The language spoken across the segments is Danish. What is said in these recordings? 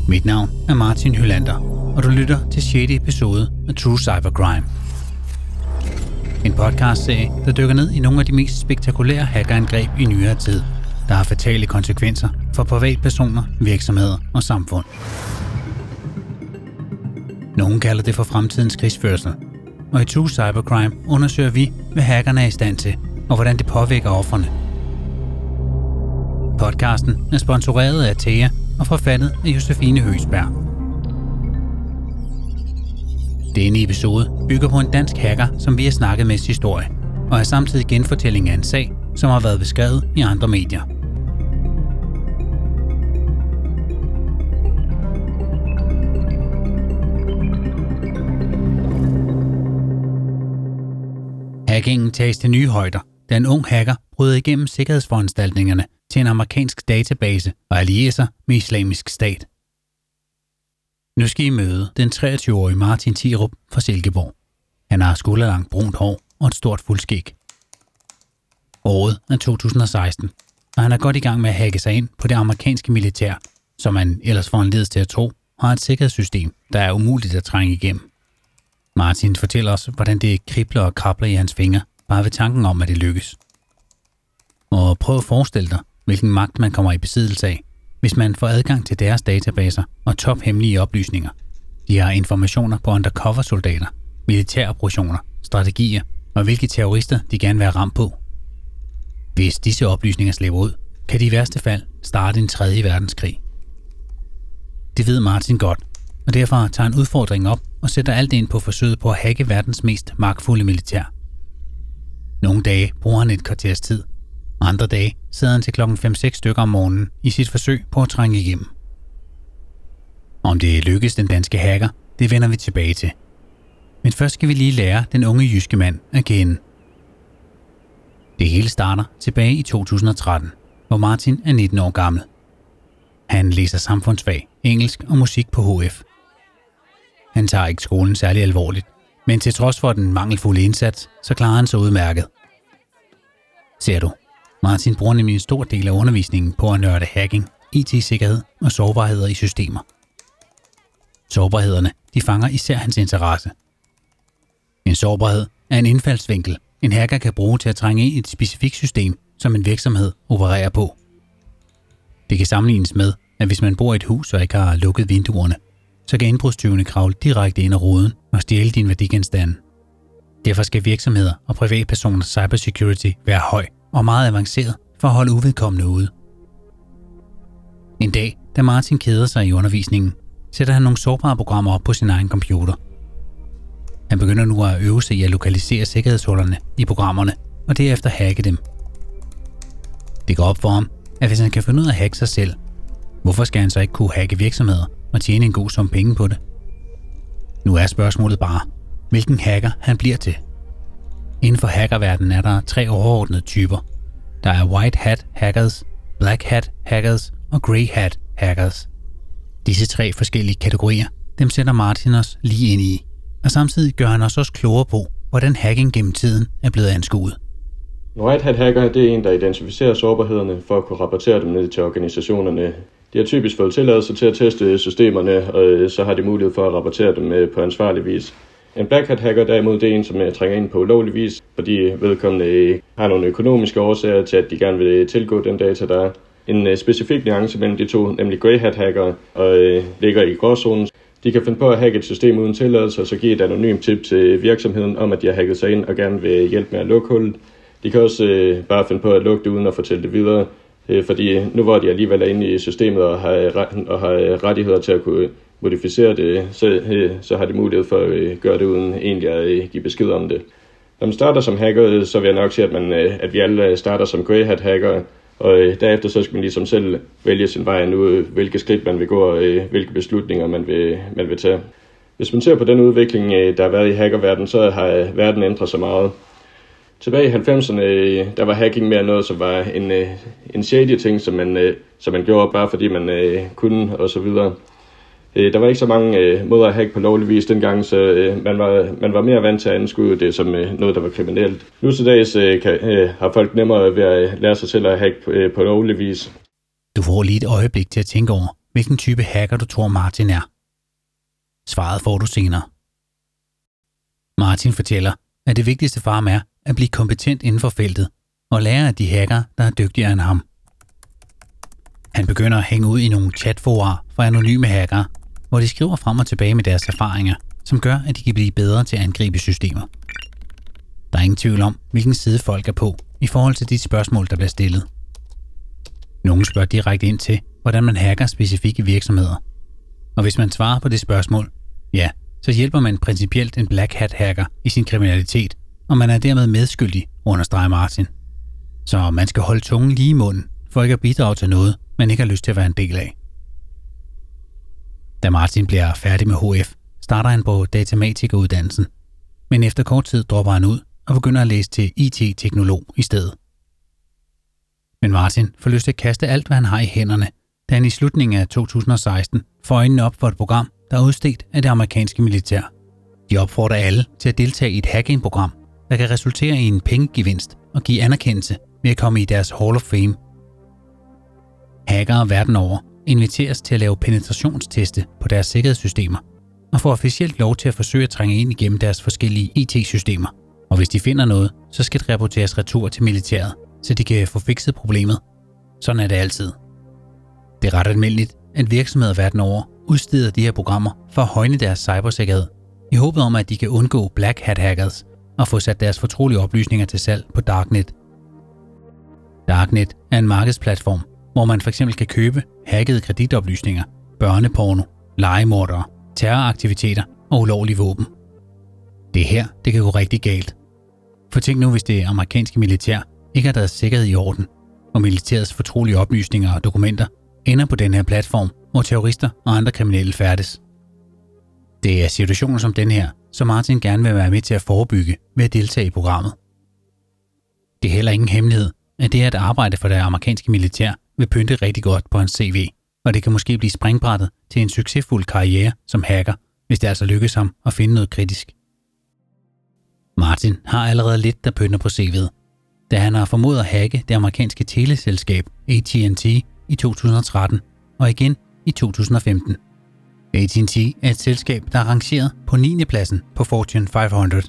Mit navn er Martin Hylander, og du lytter til 6. episode af True Cybercrime. En podcastserie, der dykker ned i nogle af de mest spektakulære hackerangreb i nyere tid, der har fatale konsekvenser for privatpersoner, virksomheder og samfund. Nogle kalder det for fremtidens krigsførsel, og i True Cybercrime undersøger vi, hvad hackerne er i stand til, og hvordan det påvirker ofrene. Podcasten er sponsoreret af Thea og forfattet af Josefine Høgsberg. Denne episode bygger på en dansk hacker, som vi har snakket med historie, og er samtidig genfortælling af en sag, som har været beskrevet i andre medier. Hackingen tages til nye højder, da en ung hacker bryder igennem sikkerhedsforanstaltningerne til en amerikansk database og allierer sig med Islamisk Stat. Nu skal I møde den 23-årige Martin Thierup fra Silkeborg. Han har skulderlangt brunt hår og et stort fuldskæg. Året er 2016, og han er godt i gang med at hacke sig ind på det amerikanske militær, som man ellers får en ledelse til at tro, har et sikkerhedssystem, der er umuligt at trænge igennem. Martin fortæller os, hvordan det kribler og krabler i hans fingre, bare ved tanken om, at det lykkes. Og prøv at forestille dig, hvilken magt man kommer i besiddelse af, hvis man får adgang til deres databaser og tophemmelige oplysninger. De har informationer på undercover-soldater, militæroperationer, strategier og hvilke terrorister de gerne vil have ramt på. Hvis disse oplysninger slipper ud, kan de i værste fald starte en 3. verdenskrig. Det ved Martin godt, og derfor tager han udfordringen op og sætter alt ind på forsøget på at hacke verdens mest magtfulde militær. Nogle dage bruger han et kvarters tid, og andre dage sidder han til klokken 5-6 stykker om morgenen i sit forsøg på at trænge igennem. Om det lykkes den danske hacker, det vender vi tilbage til. Men først skal vi lige lære den unge jyske mand at kende. Det hele starter tilbage i 2013, hvor Martin er 19 år gammel. Han læser samfundsfag, engelsk og musik på HF. Han tager ikke skolen særlig alvorligt, men til trods for den mangelfulde indsats, så klarer han sig udmærket. Ser du, Martin bruger nemlig en stor del af undervisningen på at nørde hacking, IT-sikkerhed og sårbarheder i systemer. Sårbarhederne, de fanger især hans interesse. En sårbarhed er en indfaldsvinkel, en hacker kan bruge til at trænge ind i et specifikt system, som en virksomhed opererer på. Det kan sammenlignes med, at hvis man bor i et hus og ikke har lukket vinduerne, så kan indbrudstyvene kravle direkte ind ad ruden og stjæle dine værdigenstande. Derfor skal virksomheder og privatpersoners cybersecurity være høj og meget avanceret for at holde uvedkommende ude. En dag, da Martin keder sig i undervisningen, sætter han nogle sårbare programmer op på sin egen computer. Han begynder nu at øve sig i at lokalisere sikkerhedshullerne i programmerne og derefter hacke dem. Det går op for ham, at hvis han kan finde ud af at hacke sig selv, hvorfor skal han så ikke kunne hacke virksomheder og tjene en god sum penge på det? Nu er spørgsmålet bare, hvilken hacker han bliver til. Inden for hackerverdenen er der 3 overordnede typer. Der er white hat hackers, black hat hackers og grey hat hackers. Disse 3 forskellige kategorier, dem sætter Martin os lige ind i, og samtidig gør han os også klogere på, hvordan hacking gennem tiden er blevet anskuet. En white hat hacker, det er en, der identificerer sårbarhederne for at kunne rapportere dem ned til organisationerne. De har typisk fået tilladelse til at teste systemerne, og så har de mulighed for at rapportere dem på ansvarlig vis. En black hat hacker derimod, det er en, som trænger ind på ulovlig vis, fordi vedkommende har nogle økonomiske årsager til, at de gerne vil tilgå den data, der er. En specifik nuance mellem de to, nemlig grey hat hacker, og ligger i gråzonen. De kan finde på at hacke et system uden tilladelse, og så give et anonymt tip til virksomheden om, at de har hacket sig ind og gerne vil hjælpe med at lukke hullet. De kan også bare finde på at lukke det uden at fortælle det videre, fordi nu hvor de alligevel er inde i systemet og har rettigheder til at kunne modificere det, så har de mulighed for at gøre det uden egentlig at give besked om det. Når man starter som hacker, så vil jeg nok sige, at vi alle starter som grey hat hacker, og derefter så skal man ligesom selv vælge sin vej nu, hvilke skridt man vil gå og hvilke beslutninger man vil tage. Hvis man ser på den udvikling, der har været i hackerverdenen, så har verden ændret sig meget. Tilbage i 90'erne, der var hacking mere noget, som var en shady ting, som man gjorde bare fordi man kunne og så videre. Der var ikke så mange måder at hacke på lovlig vis dengang, så man var mere vant til at anskue det som noget, der var kriminelt. Nu til dags har folk nemmere ved at lære sig selv at hacke på lovlig vis. Du får lige et øjeblik til at tænke over, hvilken type hacker du tror Martin er. Svaret får du senere. Martin fortæller, at det vigtigste for ham er at blive kompetent inden for feltet og lære af de hackere, der er dygtigere end ham. Han begynder at hænge ud i nogle chatforer for anonyme hackere, hvor de skriver frem og tilbage med deres erfaringer, som gør, at de kan blive bedre til at angribe systemer. Der er ingen tvivl om, hvilken side folk er på i forhold til de spørgsmål, der bliver stillet. Nogle spørger direkte ind til, hvordan man hacker specifikke virksomheder. Og hvis man svarer på det spørgsmål, ja, så hjælper man principielt en black hat hacker i sin kriminalitet, og man er dermed medskyldig, understreger Martin. Så man skal holde tungen lige i munden, for ikke at bidrage til noget, man ikke har lyst til at være en del af. Da Martin bliver færdig med HF, starter han på datamatikeruddannelsen, men efter kort tid dropper han ud og begynder at læse til IT-teknolog i stedet. Men Martin får lyst til at kaste alt, hvad han har i hænderne, da han i slutningen af 2016 får øjnene op for et program, der er udstedt af det amerikanske militær. De opfordrer alle til at deltage i et hacking-program, der kan resultere i en pengegevinst og give anerkendelse ved at komme i deres Hall of Fame. Hackere verden over inviteres til at lave penetrationsteste på deres sikkerhedssystemer og får officielt lov til at forsøge at trænge ind igennem deres forskellige IT-systemer. Og hvis de finder noget, så skal det rapporteres retur til militæret, så de kan få fikset problemet. Sådan er det altid. Det er ret almindeligt, at virksomheder verden over udsteder de her programmer for at højne deres cybersikkerhed, i håbet om, at de kan undgå black hat hackers og få sat deres fortrolige oplysninger til salg på Darknet. Darknet er en markedsplatform, hvor man fx kan købe hackede kreditoplysninger, børneporno, legemordere, terroraktiviteter og ulovlige våben. Det her, det kan gå rigtig galt. For tænk nu, hvis det amerikanske militær ikke har deres sikkerhed i orden, og militærets fortrolige oplysninger og dokumenter ender på den her platform, hvor terrorister og andre kriminelle færdes. Det er situationer som den her, som Martin gerne vil være med til at forebygge ved at deltage i programmet. Det er heller ingen hemmelighed, at det at arbejde for det amerikanske militær vil pynte rigtig godt på hans CV, og det kan måske blive springbrættet til en succesfuld karriere som hacker, hvis det altså lykkes ham at finde noget kritisk. Martin har allerede lidt, der pynter på CV'et, da han har formået at hacke det amerikanske teleselskab AT&T i 2013 og igen i 2015. AT&T er et selskab, der er rangeret på 9. pladsen på Fortune 500.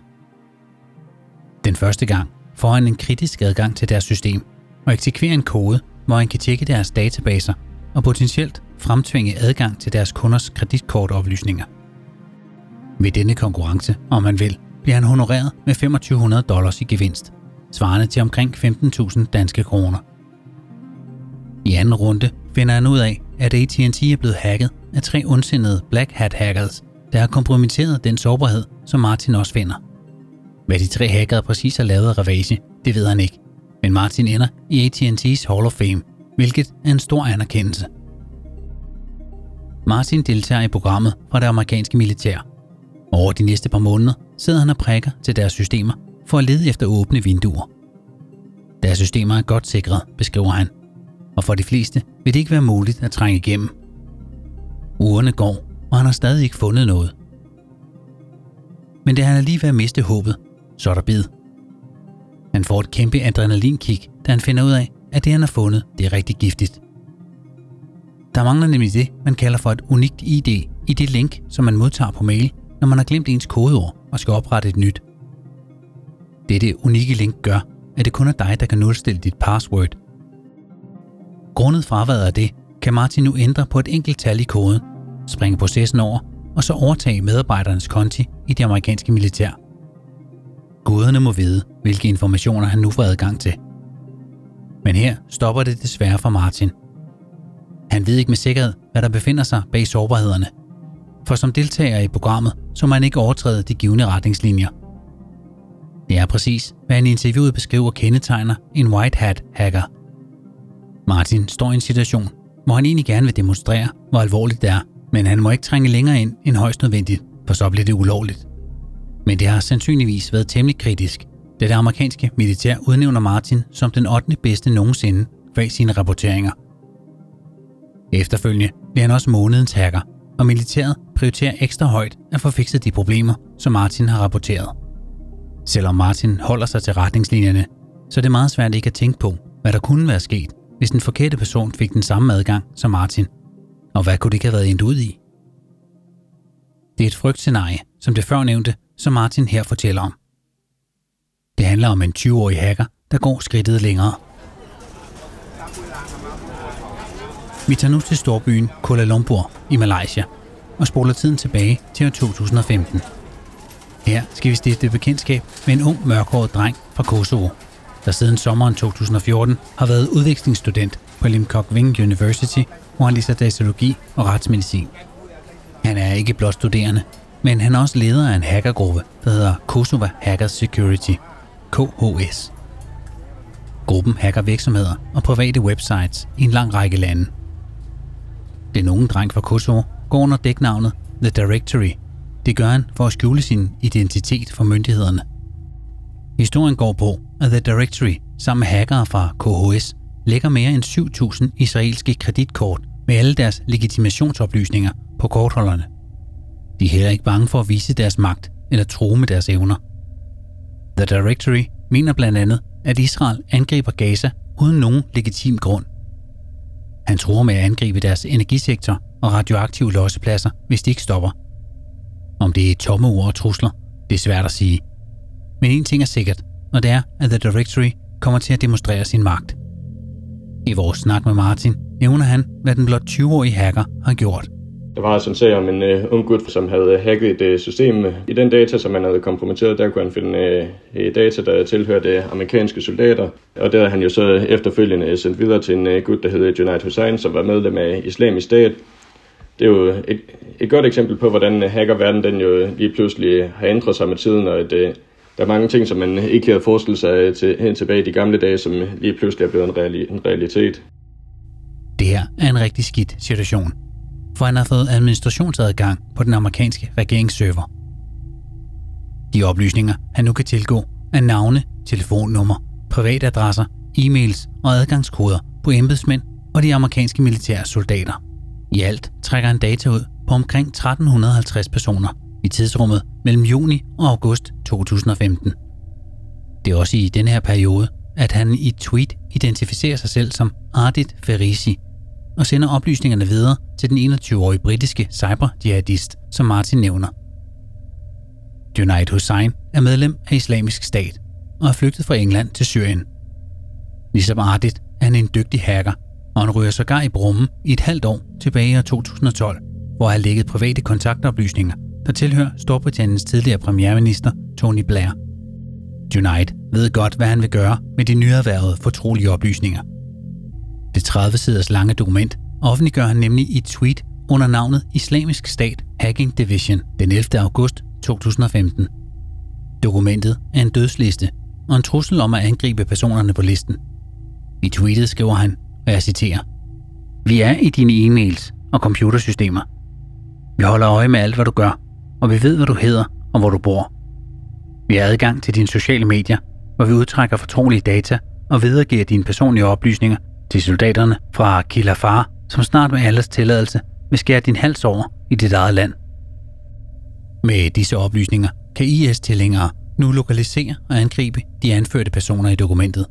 Den første gang får han en kritisk adgang til deres system og eksekverer en kode, hvor han kan tjekke deres databaser og potentielt fremtvinge adgang til deres kunders kreditkortoplysninger. Ved denne konkurrence, om man vil, bliver han honoreret med $2,500 i gevinst, svarende til omkring 15.000 danske kroner. I anden runde finder han ud af, at AT&T er blevet hacket af 3 ondsindede black hat hackers, der har kompromitteret den sårbarhed, som Martin også finder. Hvad de 3 hackere præcis har lavet af ravage, det ved han ikke, men Martin ender i AT&T's Hall of Fame, hvilket er en stor anerkendelse. Martin deltager i programmet fra det amerikanske militær. Over de næste par måneder sidder han og prikker til deres systemer for at lede efter åbne vinduer. Deres systemer er godt sikret, beskriver han, og for de fleste vil det ikke være muligt at trænge igennem. Ugerne går, og han har stadig ikke fundet noget. Men da han er lige ved at miste håbet, så er der bid. Han får et kæmpe adrenalinkick, da han finder ud af, at det han har fundet, det er rigtig giftigt. Der mangler nemlig det, man kalder for et unikt ID i det link, som man modtager på mail, når man har glemt ens kodeord og skal oprette et nyt. Dette unikke link gør, at det kun er dig, der kan nulstille dit password. Grundet fraværet af det, kan Martin nu ændre på et enkelt tal i koden, springe processen over og så overtage medarbejdernes konti i det amerikanske militær. Guderne må vide, hvilke informationer han nu får adgang til. Men her stopper det desværre for Martin. Han ved ikke med sikkerhed, hvad der befinder sig bag sårbarhederne. For som deltager i programmet, så må han ikke overtræde de givne retningslinjer. Det er præcis, hvad han i interviewet beskriver kendetegner en white hat hacker. Martin står i en situation, hvor han egentlig gerne vil demonstrere, hvor alvorligt det er, men han må ikke trænge længere ind end højst nødvendigt, for så bliver det ulovligt. Men det har sandsynligvis været temmelig kritisk, da det amerikanske militær udnævner Martin som den 8. bedste nogensinde bag sine rapporteringer. Efterfølgende bliver han også månedens hacker, og militæret prioriterer ekstra højt at få fikset de problemer, som Martin har rapporteret. Selvom Martin holder sig til retningslinjerne, så er det meget svært ikke at tænke på, hvad der kunne være sket, hvis den forkerte person fik den samme adgang som Martin. Og hvad kunne det ikke have været endt ud i? Det er et frygtscenarie, som det førnævnte, som Martin her fortæller om. Det handler om en 20-årig hacker, der går skridtet længere. Vi tager nu til storbyen Kuala Lumpur i Malaysia og spoler tiden tilbage til år 2015. Her skal vi stifte bekendtskab med en ung mørkhåret dreng fra Kosovo, der siden sommeren 2014 har været udvekslingsstudent på Lim Kok Wing University, hvor han læser datalogi og retsmedicin. Han er ikke blot studerende, men han er også leder af en hackergruppe, der hedder Kosovo Hackers Security, KHS. Gruppen hacker virksomheder og private websites i en lang række lande. Den unge dreng fra Kosovo går under dæknavnet The Directory. Det gør han for at skjule sin identitet for myndighederne. Historien går på, at The Directory sammen med hackere fra KHS lægger mere end 7.000 israelske kreditkort med alle deres legitimationsoplysninger på kortholderne. De er heller ikke bange for at vise deres magt eller true med deres evner. The Directory mener blandt andet, at Israel angriber Gaza uden nogen legitim grund. Han truer med at angribe deres energisektor og radioaktive lossepladser, hvis de ikke stopper. Om det er tomme ord og trusler, det er svært at sige. Men en ting er sikkert, og det er, at The Directory kommer til at demonstrere sin magt. I vores snak med Martin nævner han, hvad den blot 20-årige hacker har gjort. Der var altså en sag om en ung gut, som havde hacket et system. I den data, som han havde kompromitteret, der kunne han finde data, der tilhørte amerikanske soldater. Og der havde han jo så efterfølgende sendt videre til en gut, der hed Junaid Hussain, som var medlem af Islamisk Stat. Det er jo et godt eksempel på, hvordan hackerverdenen den jo lige pludselig har ændret sig med tiden, og der er mange ting, som man ikke havde forestillet sig hen tilbage i de gamle dage, som lige pludselig er blevet en realitet. Det her er en rigtig skidt situation, for han har fået administrationsadgang på den amerikanske regeringsserver. De oplysninger, han nu kan tilgå, er navne, telefonnummer, privatadresser, e-mails og adgangskoder på embedsmænd og de amerikanske militære soldater. I alt trækker han data ud på omkring 1350 personer i tidsrummet mellem juni og august 2015. Det er også i denne her periode, at han i et tweet identificerer sig selv som Ardit Ferisi og sender oplysningerne videre til den 21-årige britiske cyberjihadist, som Martin nævner. Junaid Hussain er medlem af Islamisk Stat og er flygtet fra England til Syrien. Ligesom Ardit er han en dygtig hacker, og han ryger sågar i brummen i et halvt år tilbage i år 2012, hvor han lægget private kontaktoplysninger, der tilhører Storbritanniens tidligere premierminister Tony Blair. Junaid ved godt, hvad han vil gøre med de nyerhvervede fortrolige oplysninger. Det 30-siders lange dokument offentliggør han nemlig i et tweet under navnet Islamisk Stat Hacking Division den 11. august 2015. Dokumentet er en dødsliste og en trussel om at angribe personerne på listen. I tweetet skriver han, og jeg citerer: "Vi er i dine e-mails og computersystemer. Vi holder øje med alt, hvad du gør, og vi ved, hvad du hedder og hvor du bor. Vi har adgang til dine sociale medier, hvor vi udtrækker fortrolige data og videregiver dine personlige oplysninger til soldaterne fra Khilafah, som snart med alles tilladelse vil skære din hals over i dit eget land." Med disse oplysninger kan IS-tilhængere nu lokalisere og angribe de anførte personer i dokumentet.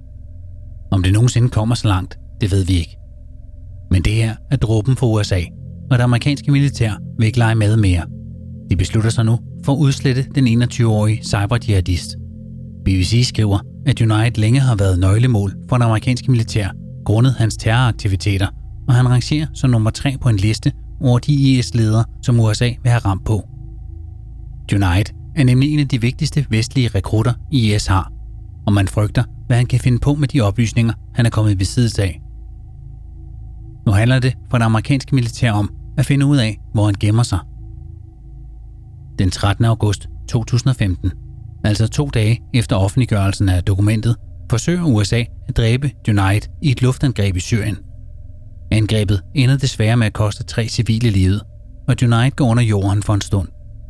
Om det nogensinde kommer så langt, det ved vi ikke. Men det her er dråben for USA, og det amerikanske militær vil ikke lege med mere. De beslutter sig nu for at udslette den 21-årige cyberjihadist. BBC skriver, at Junaid længe har været nøglemål for det amerikanske militær, grundet hans terroraktiviteter, og han rangerer som nummer 3 på en liste over de IS-ledere, som USA vil have ramt på. Junaid er nemlig en af de vigtigste vestlige rekrutter IS har, og man frygter, hvad han kan finde på med de oplysninger, han er kommet i besiddelse af. Nu handler det for det amerikanske militær om at finde ud af, hvor han gemmer sig. Den 13. august 2015, altså 2 dage efter offentliggørelsen af dokumentet, forsøger USA at dræbe Junaid i et luftangreb i Syrien. Angrebet ender desværre med at koste 3 civile livet, og Junaid går under jorden for en stund.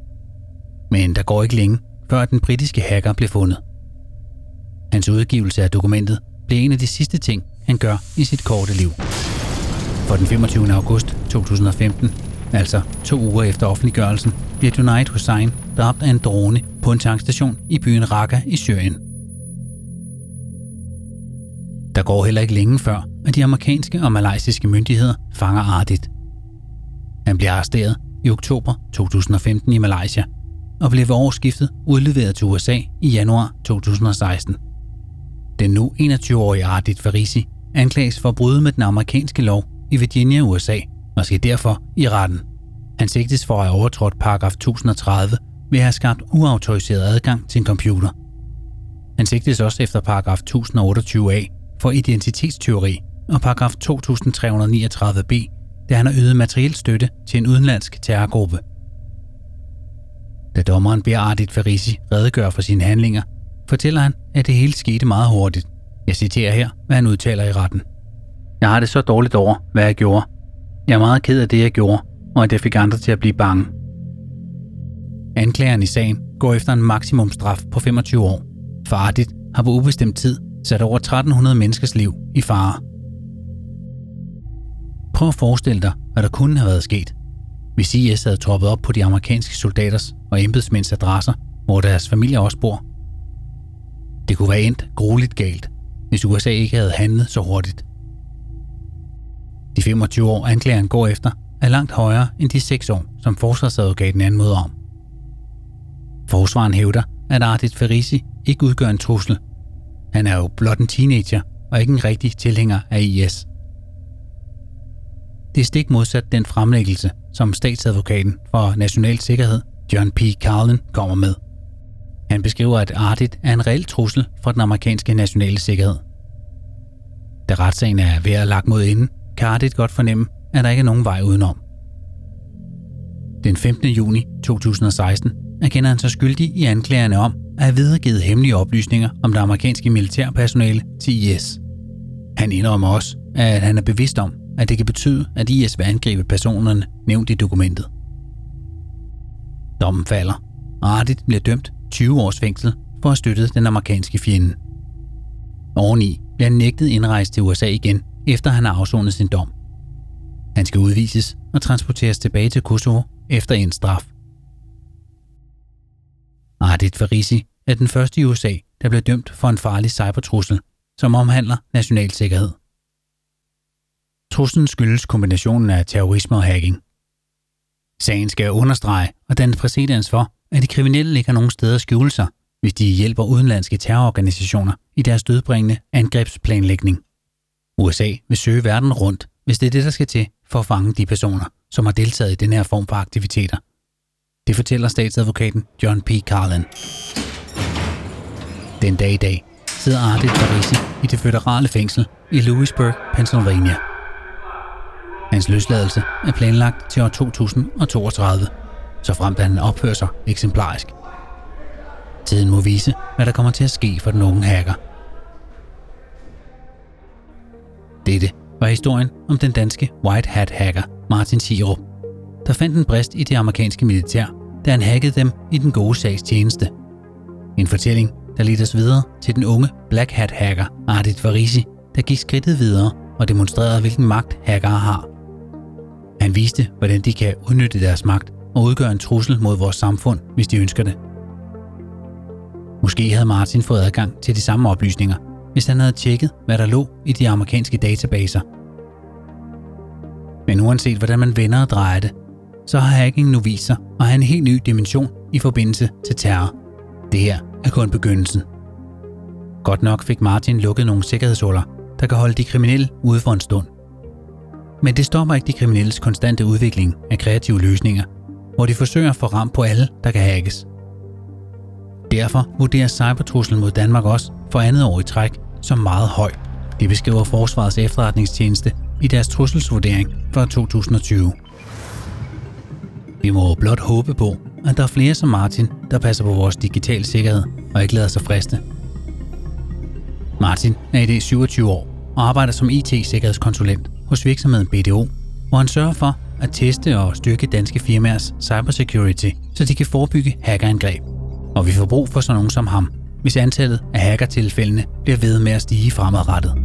Men der går ikke længe, før den britiske hacker blev fundet. Hans udgivelse af dokumentet blev en af de sidste ting, han gør i sit korte liv. For den 25. august 2015, altså 2 uger efter offentliggørelsen, bliver Junaid Hussain dræbt af en drone på en tankstation i byen Raqqa i Syrien. Der går heller ikke længe før, at de amerikanske og malaysiske myndigheder fanger Ardit. Han blev arresteret i oktober 2015 i Malaysia og blev ved årsskiftet udleveret til USA i januar 2016. Den nu 21-årige Ardit Farisi anklages for at bryde med den amerikanske lov i Virginia, USA, og skal derfor i retten. Han sigtes for at have overtrådt paragraf 1030 ved at have skabt uautoriseret adgang til en computer. Han sigtes også efter paragraf 1028a for identitetstyveri og paragraf 2339b, da han har ydet materiel støtte til en udenlandsk terrorgruppe. Da dommeren beder Ardit Farisi redegøre for sine handlinger, fortæller han, at det hele skete meget hurtigt. Jeg citerer her, hvad han udtaler i retten. Jeg har det så dårligt over, hvad jeg gjorde. Jeg er meget ked af det, jeg gjorde, og at jeg fik andre til at blive bange. Anklageren i sagen går efter en maksimumstraf på 25 år, for Ardit har på ubestemt tid sat over 1300 menneskers liv i fare. Prøv at forestille dig, hvad der kunne have været sket, hvis IS havde troppet op på de amerikanske soldaters og embedsmænds adresser, hvor deres familier også bor. Det kunne være endt grueligt galt, hvis USA ikke havde handlet så hurtigt. De 25 år anklageren går efter er langt højere end de 6 år, som forsvarsadvokaten anmoder om. Forsvaren hævder, at Ardit Farisi ikke udgør en trussel. Han er jo blot en teenager og ikke en rigtig tilhænger af IS. Det er stik modsat den fremlæggelse, som statsadvokaten for national sikkerhed, John P. Carlin, kommer med. Han beskriver, at Ardit er en reel trussel for den amerikanske nationale sikkerhed. Da retssagen er ved at lagt mod enden, kan Ardit godt fornemme, at der ikke er nogen vej udenom. Den 15. juni 2016 erkender han sig skyldig i anklagerne om at have videregivet hemmelige oplysninger om det amerikanske militærpersonale til IS. Han indrømmer også, at han er bevidst om, at det kan betyde, at IS vil angribe personerne nævnt i dokumentet. Dommen falder, og Ardit bliver dømt 20 års fængsel for at støtte den amerikanske fjende. Oveni bliver han nægtet indrejse til USA igen, efter han har afsonet sin dom. Han skal udvises og transporteres tilbage til Kosovo efter en straf. Ardit Farisi er den første i USA, der blev dømt for en farlig cybertrussel, som omhandler national sikkerhed. Truslen skyldes kombinationen af terrorisme og hacking. Sagen skal understrege og danne præcedens for, at de kriminelle ikke har nogen steder at skjule sig, hvis de hjælper udenlandske terrororganisationer i deres dødbringende angrebsplanlægning. USA vil søge verden rundt, hvis det er det, der skal til for at fange de personer, som har deltaget i den her form for aktiviteter. Det fortæller statsadvokaten John P. Carlin. Den dag i dag sidder Ardit Farisi i det føderale fængsel i Lewisburg, Pennsylvania. Hans løsladelse er planlagt til år 2032, så fremt han opfører sig eksemplarisk. Tiden må vise, hvad der kommer til at ske for den unge hacker. Dette var historien om den danske White Hat hacker Martin Sierup, der fandt en brist i det amerikanske militær, da han hackede dem i den gode sags tjeneste. En fortælling, der ledte os videre til den unge Black Hat hacker Ardit Farisi, der gik skridtet videre og demonstrerede, hvilken magt hackere har. Han viste, hvordan de kan udnytte deres magt og udgøre en trussel mod vores samfund, hvis de ønsker det. Måske havde Martin fået adgang til de samme oplysninger, hvis han havde tjekket, hvad der lå i de amerikanske databaser. Men uanset hvordan man vender og drejer det, så har hacking nu vist sig at have en helt ny dimension i forbindelse til terror. Det her er kun begyndelsen. Godt nok fik Martin lukket nogle sikkerhedshuller, der kan holde de kriminelle ude for en stund. Men det stopper ikke de kriminelles konstante udvikling af kreative løsninger, hvor de forsøger at få ram på alle, der kan hackes. Derfor vurderes cybertruslen mod Danmark også for andet år i træk som meget høj. Det beskriver Forsvarets Efterretningstjeneste i deres trusselsvurdering for 2020. Vi må blot håbe på, at der er flere som Martin, der passer på vores digitale sikkerhed og ikke lader sig friste. Martin er i dag 27 år og arbejder som IT-sikkerhedskonsulent hos virksomheden BDO, hvor han sørger for at teste og styrke danske firmaers cybersecurity, så de kan forebygge hackerangreb. Og vi får brug for sådan nogen som ham, hvis antallet af hackertilfældene bliver ved med at stige fremadrettet.